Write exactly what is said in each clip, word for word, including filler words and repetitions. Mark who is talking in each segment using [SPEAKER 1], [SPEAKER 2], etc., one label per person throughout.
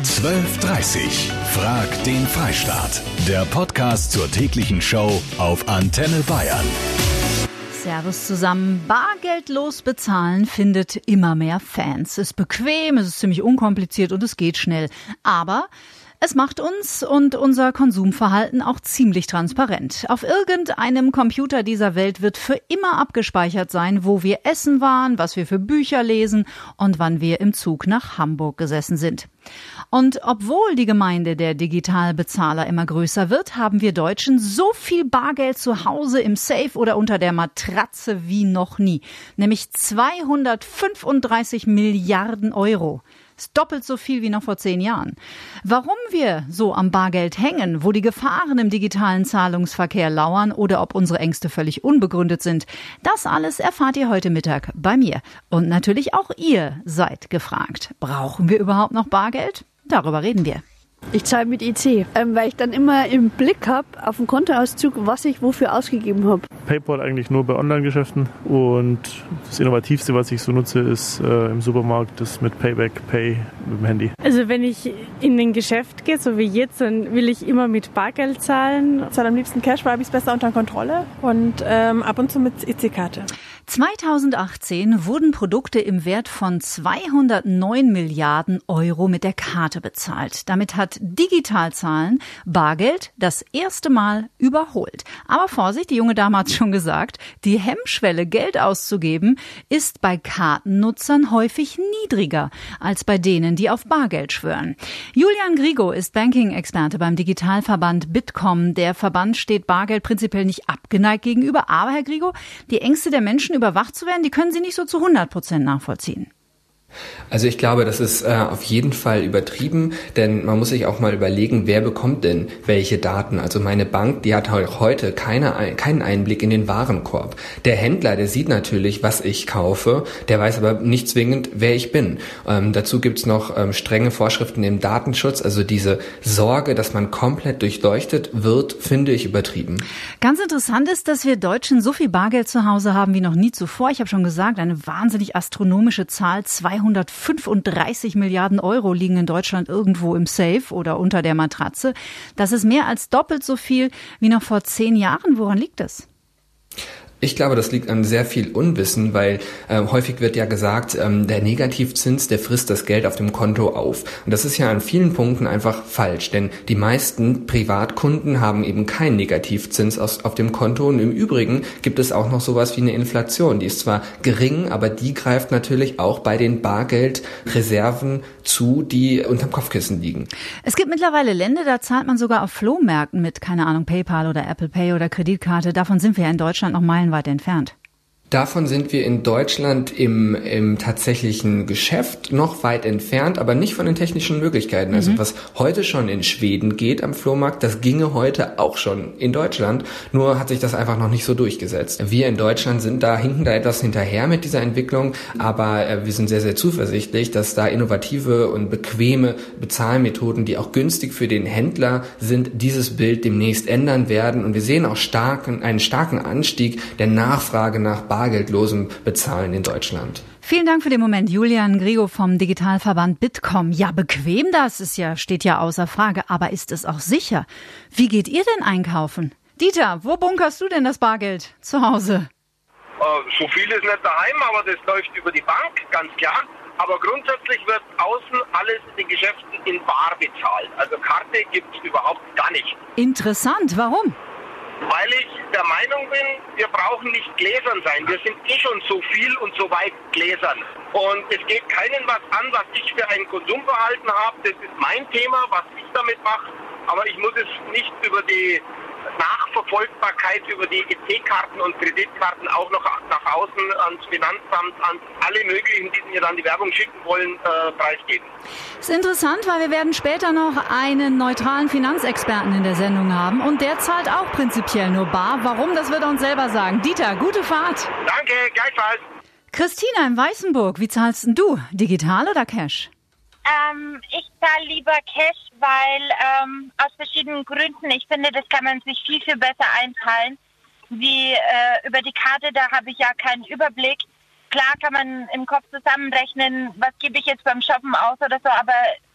[SPEAKER 1] zwölf Uhr dreißig. Frag den Freistaat. Der Podcast zur täglichen Show auf Antenne Bayern.
[SPEAKER 2] Servus zusammen. Bargeldlos bezahlen findet immer mehr Fans. Es ist bequem, es ist ziemlich unkompliziert und es geht schnell. Aber es macht uns und unser Konsumverhalten auch ziemlich transparent. Auf irgendeinem Computer dieser Welt wird für immer abgespeichert sein, wo wir essen waren, was wir für Bücher lesen und wann wir im Zug nach Hamburg gesessen sind. Und obwohl die Gemeinde der Digitalbezahler immer größer wird, haben wir Deutschen so viel Bargeld zu Hause im Safe oder unter der Matratze wie noch nie. Nämlich zweihundertfünfunddreißig Milliarden Euro. Das ist doppelt so viel wie noch vor zehn Jahren. Warum wir so am Bargeld hängen, wo die Gefahren im digitalen Zahlungsverkehr lauern oder ob unsere Ängste völlig unbegründet sind, das alles erfahrt ihr heute Mittag bei mir. Und natürlich auch ihr seid gefragt. Brauchen wir überhaupt noch Bargeld? Darüber reden wir.
[SPEAKER 3] Ich zahle mit I C, ähm, weil ich dann immer im Blick habe auf dem Kontoauszug, was ich wofür ausgegeben habe.
[SPEAKER 4] PayPal eigentlich nur bei Online-Geschäften und das Innovativste, was ich so nutze, ist äh, im Supermarkt das mit Payback Pay mit dem Handy.
[SPEAKER 5] Also wenn ich in ein Geschäft gehe, so wie jetzt, dann will ich immer mit Bargeld zahlen.
[SPEAKER 6] Ich zahle am liebsten Cash, weil habe ich es besser unter Kontrolle und ähm, ab und zu mit I C-Karte.
[SPEAKER 2] zweitausendachtzehn wurden Produkte im Wert von zweihundertneun Milliarden Euro mit der Karte bezahlt. Damit hat Digitalzahlen Bargeld das erste Mal überholt. Aber Vorsicht, die junge Dame hat schon gesagt, die Hemmschwelle, Geld auszugeben, ist bei Kartennutzern häufig niedriger als bei denen, die auf Bargeld schwören. Julian Grigo ist Banking-Experte beim Digitalverband Bitkom. Der Verband steht Bargeld prinzipiell nicht abgeneigt gegenüber. Aber, Herr Grigo, die Ängste der Menschen, überwacht zu werden, die können Sie nicht so zu hundert Prozent nachvollziehen.
[SPEAKER 7] Also ich glaube, das ist äh, auf jeden Fall übertrieben, denn man muss sich auch mal überlegen, wer bekommt denn welche Daten. Also meine Bank, die hat auch heute keine, keinen Einblick in den Warenkorb. Der Händler, der sieht natürlich, was ich kaufe, der weiß aber nicht zwingend, wer ich bin. Ähm, dazu gibt's noch ähm, strenge Vorschriften im Datenschutz. Also diese Sorge, dass man komplett durchleuchtet wird, finde ich übertrieben.
[SPEAKER 2] Ganz interessant ist, dass wir Deutschen so viel Bargeld zu Hause haben wie noch nie zuvor. Ich habe schon gesagt, eine wahnsinnig astronomische Zahl, zweihundertfünfunddreißig Milliarden Euro liegen in Deutschland irgendwo im Safe oder unter der Matratze. Das ist mehr als doppelt so viel wie noch vor zehn Jahren. Woran liegt das?
[SPEAKER 7] Ich glaube, das liegt an sehr viel Unwissen, weil äh, häufig wird ja gesagt, ähm, der Negativzins, der frisst das Geld auf dem Konto auf. Und das ist ja an vielen Punkten einfach falsch, denn die meisten Privatkunden haben eben keinen Negativzins aus, auf dem Konto. Und im Übrigen gibt es auch noch sowas wie eine Inflation. Die ist zwar gering, aber die greift natürlich auch bei den Bargeldreserven zu, die unterm Kopfkissen liegen.
[SPEAKER 2] Es gibt mittlerweile Länder, da zahlt man sogar auf Flohmärkten mit, keine Ahnung, PayPal oder Apple Pay oder Kreditkarte. Davon sind wir ja in Deutschland noch meilenweit entfernt.
[SPEAKER 7] Davon sind wir in Deutschland im, im tatsächlichen Geschäft noch weit entfernt, aber nicht von den technischen Möglichkeiten. Mhm. Also was heute schon in Schweden geht am Flohmarkt, das ginge heute auch schon in Deutschland. Nur hat sich das einfach noch nicht so durchgesetzt. Wir in Deutschland sind da, hinken da etwas hinterher mit dieser Entwicklung, aber äh, wir sind sehr, sehr zuversichtlich, dass da innovative und bequeme Bezahlmethoden, die auch günstig für den Händler sind, dieses Bild demnächst ändern werden. Und wir sehen auch starken, einen starken Anstieg der Nachfrage nach bargeldlosem Bezahlen in Deutschland.
[SPEAKER 2] Vielen Dank für den Moment, Julian Grigo vom Digitalverband Bitkom. Ja, bequem das ist ja, steht ja außer Frage, aber ist es auch sicher? Wie geht ihr denn einkaufen? Dieter, wo bunkerst du denn das Bargeld zu Hause?
[SPEAKER 8] Äh, so viel ist nicht daheim, aber das läuft über die Bank, ganz klar. Aber grundsätzlich wird außen alles in den Geschäften in bar bezahlt. Also Karte gibt es überhaupt gar nicht.
[SPEAKER 2] Interessant, warum?
[SPEAKER 8] Weil ich der Meinung bin, wir brauchen nicht gläsern sein. Wir sind eh schon so viel und so weit gläsern. Und es geht keinen was an, was ich für ein Konsumverhalten habe. Das ist mein Thema, was ich damit mache. Aber ich muss es nicht über die Nachverfolgbarkeit, über die E C-Karten und Kreditkarten auch noch nach außen ans Finanzamt, an alle möglichen, die mir dann die Werbung schicken wollen, äh, preisgeben.
[SPEAKER 2] Das ist interessant, weil wir werden später noch einen neutralen Finanzexperten in der Sendung haben und der zahlt auch prinzipiell nur bar. Warum, das wird er uns selber sagen. Dieter, gute Fahrt.
[SPEAKER 8] Danke, gleichfalls.
[SPEAKER 2] Christina in Weißenburg, wie zahlst denn du? Digital oder Cash?
[SPEAKER 9] Ähm, ich zahle lieber Cash, weil ähm, aus verschiedenen Gründen, ich finde, das kann man sich viel, viel besser einteilen. Wie äh, über die Karte, da habe ich ja keinen Überblick. Klar kann man im Kopf zusammenrechnen, was gebe ich jetzt beim Shoppen aus oder so, aber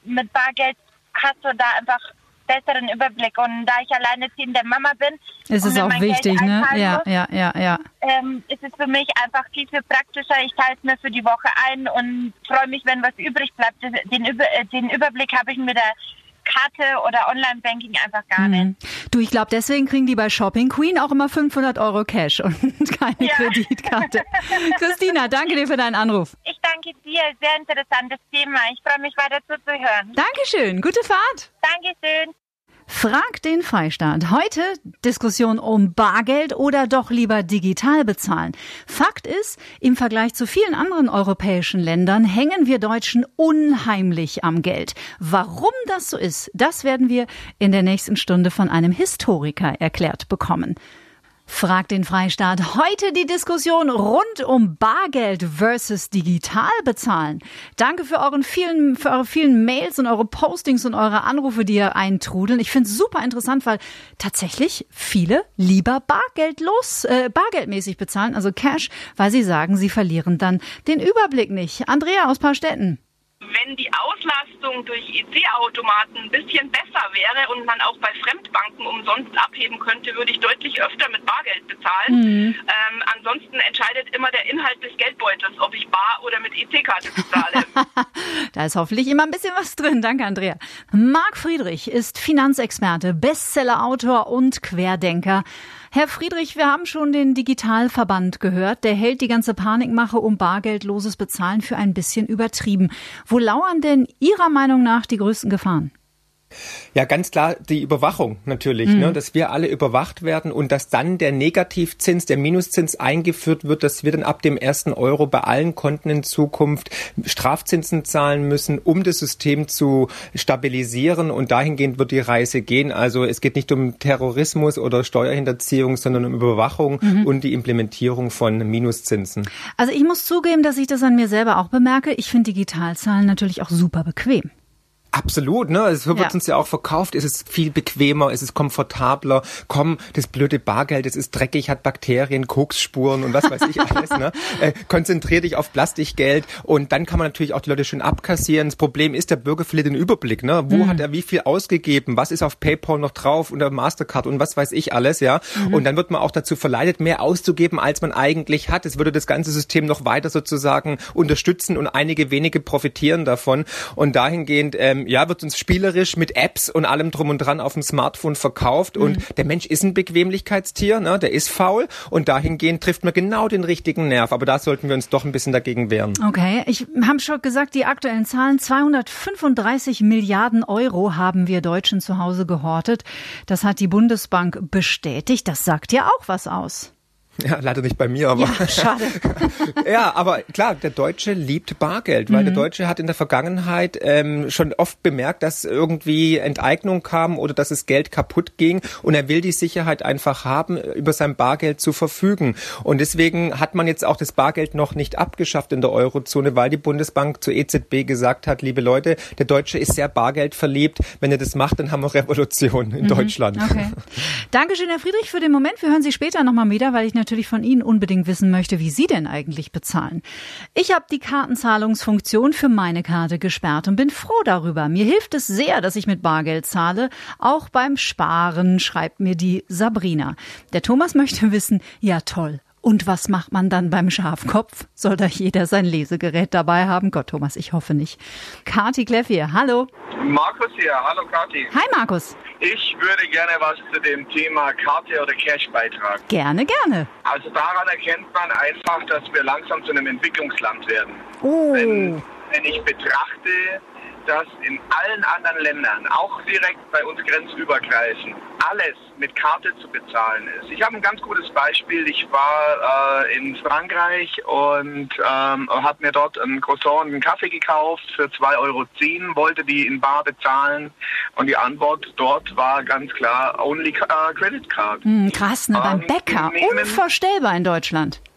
[SPEAKER 9] mit Bargeld hast du da einfach besseren Überblick. Und da ich alleinerziehende Mama bin,
[SPEAKER 2] ist es auch wichtig, ne? Ja, ja, ja, ja.
[SPEAKER 9] Ähm, ist es für mich einfach viel, viel praktischer. Ich teile es mir für die Woche ein und freue mich, wenn was übrig bleibt. Den, Über- den Überblick habe ich mit der Karte oder Online-Banking einfach gar nicht.
[SPEAKER 2] Mhm. Du, ich glaube, deswegen kriegen die bei Shopping Queen auch immer fünfhundert Euro Cash und keine ja. Kreditkarte. Christina, danke dir für deinen Anruf.
[SPEAKER 9] Ich danke dir. Sehr interessantes Thema. Ich freue mich weiter zuzuhören.
[SPEAKER 2] Dankeschön. Gute Fahrt.
[SPEAKER 9] Dankeschön.
[SPEAKER 2] Frag den Freistaat. Heute Diskussion um Bargeld oder doch lieber digital bezahlen. Fakt ist, im Vergleich zu vielen anderen europäischen Ländern hängen wir Deutschen unheimlich am Geld. Warum das so ist, das werden wir in der nächsten Stunde von einem Historiker erklärt bekommen. Frag den Freistaat. Heute die Diskussion rund um Bargeld versus digital bezahlen. Danke für euren vielen, für eure vielen Mails und eure Postings und eure Anrufe, die ihr eintrudeln. Ich finde es super interessant, weil tatsächlich viele lieber bargeldlos, äh, bargeldmäßig bezahlen, also Cash, weil sie sagen, sie verlieren dann den Überblick nicht. Andrea aus Paarstetten.
[SPEAKER 10] Wenn die Auslastung durch E C-Automaten ein bisschen besser wäre und man auch bei Fremdbanken umsonst abheben könnte, würde ich deutlich öfter mit Bargeld bezahlen. Mhm. Ähm, ansonsten entscheidet immer der Inhalt des Geldbeutels, ob ich bar oder mit E C-Karte bezahle.
[SPEAKER 2] Da ist hoffentlich immer ein bisschen was drin. Danke, Andrea. Marc Friedrich ist Finanzexperte, Bestsellerautor und Querdenker. Herr Friedrich, wir haben schon den Digitalverband gehört. Der hält die ganze Panikmache um bargeldloses Bezahlen für ein bisschen übertrieben. Wo lauern denn Ihrer Meinung nach die größten Gefahren?
[SPEAKER 11] Ja, ganz klar die Überwachung natürlich, mhm. ne, dass wir alle überwacht werden und dass dann der Negativzins, der Minuszins eingeführt wird, dass wir dann ab dem ersten Euro bei allen Konten in Zukunft Strafzinsen zahlen müssen, um das System zu stabilisieren, und dahingehend wird die Reise gehen. Also es geht nicht um Terrorismus oder Steuerhinterziehung, sondern um Überwachung mhm. und die Implementierung von Minuszinsen.
[SPEAKER 2] Also ich muss zugeben, dass ich das an mir selber auch bemerke. Ich finde Digitalzahlen natürlich auch super bequem.
[SPEAKER 11] Absolut, ne? Es wird ja. uns ja auch verkauft. Es ist viel bequemer, es ist komfortabler. Komm, das blöde Bargeld, es ist dreckig, hat Bakterien, Koksspuren und was weiß ich alles, ne? Äh, konzentrier dich auf Plastikgeld und dann kann man natürlich auch die Leute schön abkassieren. Das Problem ist, der Bürger verliert den Überblick, ne? Wo mhm. hat er wie viel ausgegeben? Was ist auf PayPal noch drauf unter Mastercard und was weiß ich alles, ja? Mhm. Und dann wird man auch dazu verleitet, mehr auszugeben, als man eigentlich hat. Es würde das ganze System noch weiter sozusagen unterstützen und einige wenige profitieren davon. Und dahingehend, ähm, ja, wird uns spielerisch mit Apps und allem drum und dran auf dem Smartphone verkauft. Mhm. Und der Mensch ist ein Bequemlichkeitstier, ne? Der ist faul und dahingehend trifft man genau den richtigen Nerv. Aber da sollten wir uns doch ein bisschen dagegen wehren.
[SPEAKER 2] Okay, ich habe schon gesagt, die aktuellen Zahlen, zweihundertfünfunddreißig Milliarden Euro haben wir Deutschen zu Hause gehortet. Das hat die Bundesbank bestätigt. Das sagt ja auch was aus.
[SPEAKER 11] Ja, leider nicht bei mir, aber.
[SPEAKER 2] Ja, schade.
[SPEAKER 11] Ja, aber klar, der Deutsche liebt Bargeld, weil mhm. der Deutsche hat in der Vergangenheit ähm, schon oft bemerkt, dass irgendwie Enteignung kam oder dass das Geld kaputt ging, und er will die Sicherheit einfach haben, über sein Bargeld zu verfügen. Und deswegen hat man jetzt auch das Bargeld noch nicht abgeschafft in der Eurozone, weil die Bundesbank zur E Z B gesagt hat, liebe Leute, der Deutsche ist sehr bargeldverliebt. Wenn er das macht, dann haben wir Revolution in mhm. Deutschland.
[SPEAKER 2] Okay. Dankeschön, Herr Friedrich, für den Moment. Wir hören Sie später nochmal wieder, weil ich natürlich von Ihnen unbedingt wissen möchte, wie Sie denn eigentlich bezahlen. Ich habe die Kartenzahlungsfunktion für meine Karte gesperrt und bin froh darüber. Mir hilft es sehr, dass ich mit Bargeld zahle, auch beim Sparen, schreibt mir die Sabrina. Der Thomas möchte wissen, ja toll. Und was macht man dann beim Schafkopf? Soll da jeder sein Lesegerät dabei haben? Gott, Thomas, ich hoffe nicht. Kati Kleff hier, hallo.
[SPEAKER 12] Markus hier, hallo Kati.
[SPEAKER 2] Hi Markus.
[SPEAKER 12] Ich würde gerne was zu dem Thema Karte oder Cash beitragen.
[SPEAKER 2] Gerne, gerne.
[SPEAKER 12] Also daran erkennt man einfach, dass wir langsam zu einem Entwicklungsland werden.
[SPEAKER 2] Oh.
[SPEAKER 12] Wenn, wenn ich betrachte, dass in allen anderen Ländern, auch direkt bei uns grenzübergreifend, alles mit Karte zu bezahlen ist. Ich habe ein ganz gutes Beispiel. Ich war äh, in Frankreich und ähm, habe mir dort ein Croissant und einen Kaffee gekauft für zwei Euro zehn, wollte die in bar bezahlen, und die Antwort dort war ganz klar, only uh, credit card.
[SPEAKER 2] Hm, krass, ne? Beim ähm, Bäcker. Unvorstellbar in Deutschland.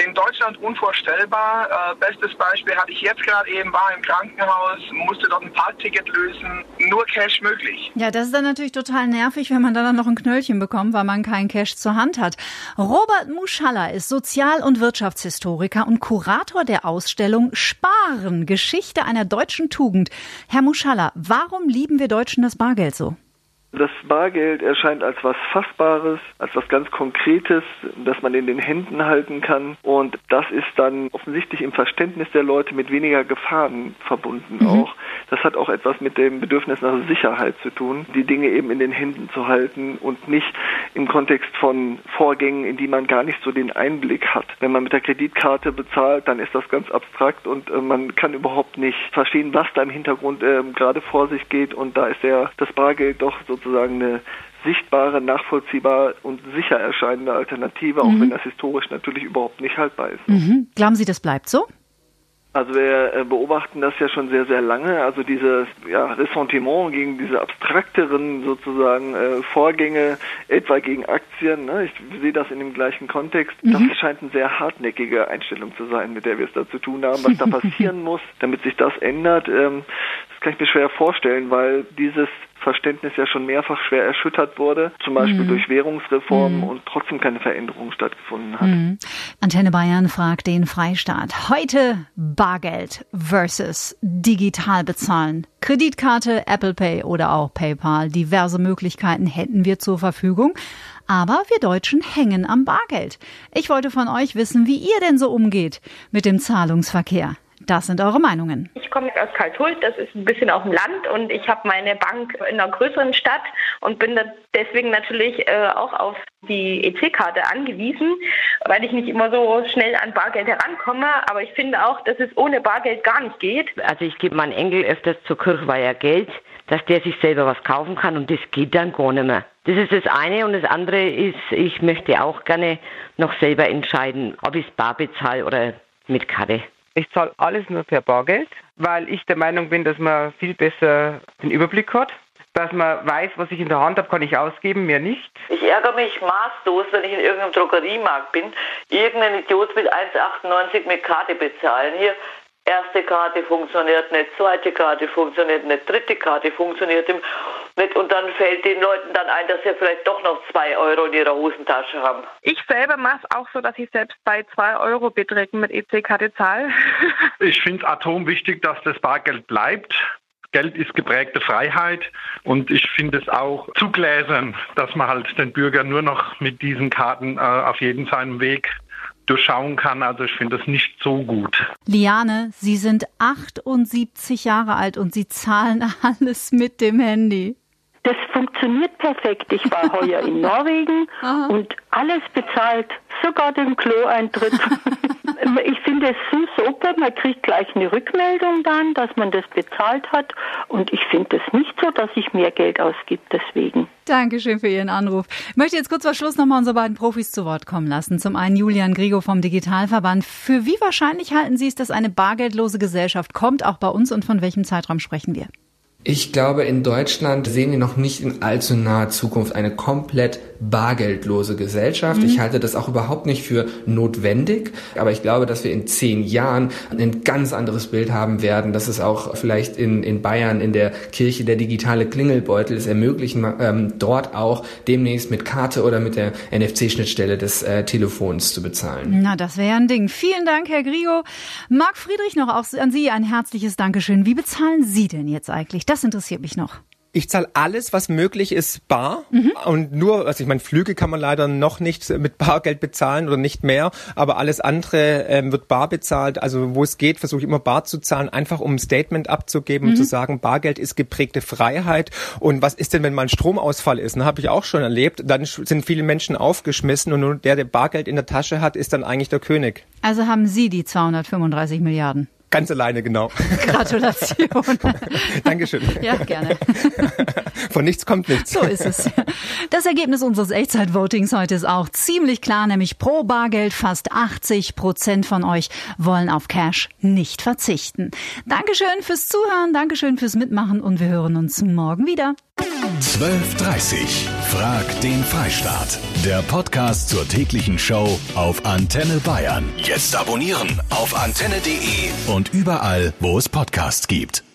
[SPEAKER 12] In Deutschland unvorstellbar. Äh, bestes Beispiel hatte ich jetzt gerade eben, war im Krankenhaus, musste dort ein Parkticket lösen. Nur Cash möglich.
[SPEAKER 2] Ja, das ist dann natürlich total nervig, wenn man dann noch ein Knöllchen bekommt, weil man kein Cash zur Hand hat. Robert Muschaller ist Sozial- und Wirtschaftshistoriker und Kurator der Ausstellung Sparen, Geschichte einer deutschen Tugend. Herr Muschaller, warum lieben wir Deutschen das Bargeld so?
[SPEAKER 13] Das Bargeld erscheint als was Fassbares, als was ganz Konkretes, das man in den Händen halten kann. Und das ist dann offensichtlich im Verständnis der Leute mit weniger Gefahren verbunden mhm. auch. Das hat auch etwas mit dem Bedürfnis nach Sicherheit zu tun, die Dinge eben in den Händen zu halten und nicht im Kontext von Vorgängen, in die man gar nicht so den Einblick hat. Wenn man mit der Kreditkarte bezahlt, dann ist das ganz abstrakt und äh, man kann überhaupt nicht verstehen, was da im Hintergrund äh, gerade vor sich geht. Und da ist der, das Bargeld doch so sozusagen eine sichtbare, nachvollziehbar und sicher erscheinende Alternative, auch mhm. wenn das historisch natürlich überhaupt nicht haltbar ist.
[SPEAKER 2] Mhm. Glauben Sie, das bleibt so?
[SPEAKER 13] Also wir beobachten das ja schon sehr, sehr lange. Also dieses ja, Ressentiment gegen diese abstrakteren sozusagen äh, Vorgänge, etwa gegen Aktien, ne? Ich sehe das in dem gleichen Kontext. Mhm. Das scheint eine sehr hartnäckige Einstellung zu sein, mit der wir es da zu tun haben. Was da passieren muss, damit sich das ändert, ähm, das kann ich mir schwer vorstellen, weil dieses Verständnis ja schon mehrfach schwer erschüttert wurde, zum Beispiel mhm. durch Währungsreformen mhm. und trotzdem keine Veränderung stattgefunden hat.
[SPEAKER 2] Mhm. Antenne Bayern fragt den Freistaat. Heute Bargeld versus digital bezahlen. Kreditkarte, Apple Pay oder auch PayPal. Diverse Möglichkeiten hätten wir zur Verfügung. Aber wir Deutschen hängen am Bargeld. Ich wollte von euch wissen, wie ihr denn so umgeht mit dem Zahlungsverkehr. Das sind eure Meinungen.
[SPEAKER 14] Ich komme aus Karlshult, das ist ein bisschen auf dem Land und ich habe meine Bank in einer größeren Stadt und bin deswegen natürlich äh, auch auf die E C-Karte angewiesen, weil ich nicht immer so schnell an Bargeld herankomme. Aber ich finde auch, dass es ohne Bargeld gar nicht geht.
[SPEAKER 15] Also ich gebe meinen Enkel öfters zur Kirchweiher Geld, dass der sich selber was kaufen kann und das geht dann gar nicht mehr. Das ist das eine und das andere ist, ich möchte auch gerne noch selber entscheiden, ob ich es bar bezahle oder mit Karte.
[SPEAKER 16] Ich zahle alles nur per Bargeld, weil ich der Meinung bin, dass man viel besser den Überblick hat. Dass man weiß, was ich in der Hand habe, kann ich ausgeben, mehr nicht.
[SPEAKER 17] Ich ärgere mich maßlos, wenn ich in irgendeinem Drogeriemarkt bin, irgendein Idiot mit eins achtundneunzig mit Karte bezahlen. Hier, erste Karte funktioniert nicht, zweite Karte funktioniert nicht, dritte Karte funktioniert nicht. Und dann fällt den Leuten dann ein, dass sie vielleicht doch noch zwei Euro in ihrer Hosentasche haben.
[SPEAKER 6] Ich selber mache es auch so, dass ich selbst bei zwei Euro Beträgen mit E C-Karte zahle.
[SPEAKER 18] Ich finde es atom wichtig, dass das Bargeld bleibt. Geld ist geprägte Freiheit und ich finde es auch zu gläsern, dass man halt den Bürger nur noch mit diesen Karten äh, auf jeden seinem Weg durchschauen kann. Also ich finde das nicht so gut.
[SPEAKER 2] Liane, Sie sind achtundsiebzig Jahre alt und Sie zahlen alles mit dem Handy.
[SPEAKER 19] Das funktioniert perfekt. Ich war heuer in Norwegen und alles bezahlt, sogar den Klo-Eintritt. Ich finde es so super, man kriegt gleich eine Rückmeldung dann, dass man das bezahlt hat und ich finde es nicht so, dass ich mehr Geld ausgebe deswegen.
[SPEAKER 2] Dankeschön für Ihren Anruf. Ich möchte jetzt kurz vor Schluss nochmal unsere beiden Profis zu Wort kommen lassen. Zum einen Julian Grigo vom Digitalverband. Für wie wahrscheinlich halten Sie es, dass eine bargeldlose Gesellschaft kommt, auch bei uns, und von welchem Zeitraum sprechen wir?
[SPEAKER 7] Ich glaube, in Deutschland sehen wir noch nicht in allzu naher Zukunft eine komplett bargeldlose Gesellschaft. Mhm. Ich halte das auch überhaupt nicht für notwendig, aber ich glaube, dass wir in zehn Jahren ein ganz anderes Bild haben werden, dass es auch vielleicht in, in Bayern in der Kirche der digitale Klingelbeutel es ermöglichen, ähm, dort auch demnächst mit Karte oder mit der N F C-Schnittstelle des äh, Telefons zu bezahlen.
[SPEAKER 2] Na, das wäre ein Ding. Vielen Dank, Herr Grigo. Marc Friedrich, noch auch an Sie ein herzliches Dankeschön. Wie bezahlen Sie denn jetzt eigentlich? Das interessiert mich noch.
[SPEAKER 11] Ich zahle alles, was möglich ist, bar. Mhm. Und nur, also ich meine, Flüge kann man leider noch nicht mit Bargeld bezahlen oder nicht mehr, aber alles andere ähm, wird bar bezahlt. Also wo es geht, versuche ich immer bar zu zahlen, einfach um ein Statement abzugeben, mhm. um zu sagen, Bargeld ist geprägte Freiheit. Und was ist denn, wenn mal ein Stromausfall ist? Das habe ich auch schon erlebt. Dann sind viele Menschen aufgeschmissen und nur der, der Bargeld in der Tasche hat, ist dann eigentlich der König.
[SPEAKER 2] Also haben Sie die zweihundertfünfunddreißig Milliarden?
[SPEAKER 11] Ganz alleine, genau.
[SPEAKER 2] Gratulation.
[SPEAKER 11] Dankeschön.
[SPEAKER 2] Ja, gerne.
[SPEAKER 11] Von nichts kommt nichts.
[SPEAKER 2] So ist es. Das Ergebnis unseres Echtzeit-Votings heute ist auch ziemlich klar, nämlich pro Bargeld fast achtzig Prozent von euch wollen auf Cash nicht verzichten. Dankeschön fürs Zuhören, Dankeschön fürs Mitmachen und wir hören uns morgen wieder.
[SPEAKER 1] zwölf Uhr dreißig. Frag den Freistaat. Der Podcast zur täglichen Show auf Antenne Bayern. Jetzt abonnieren auf antenne punkt de und überall, wo es Podcasts gibt.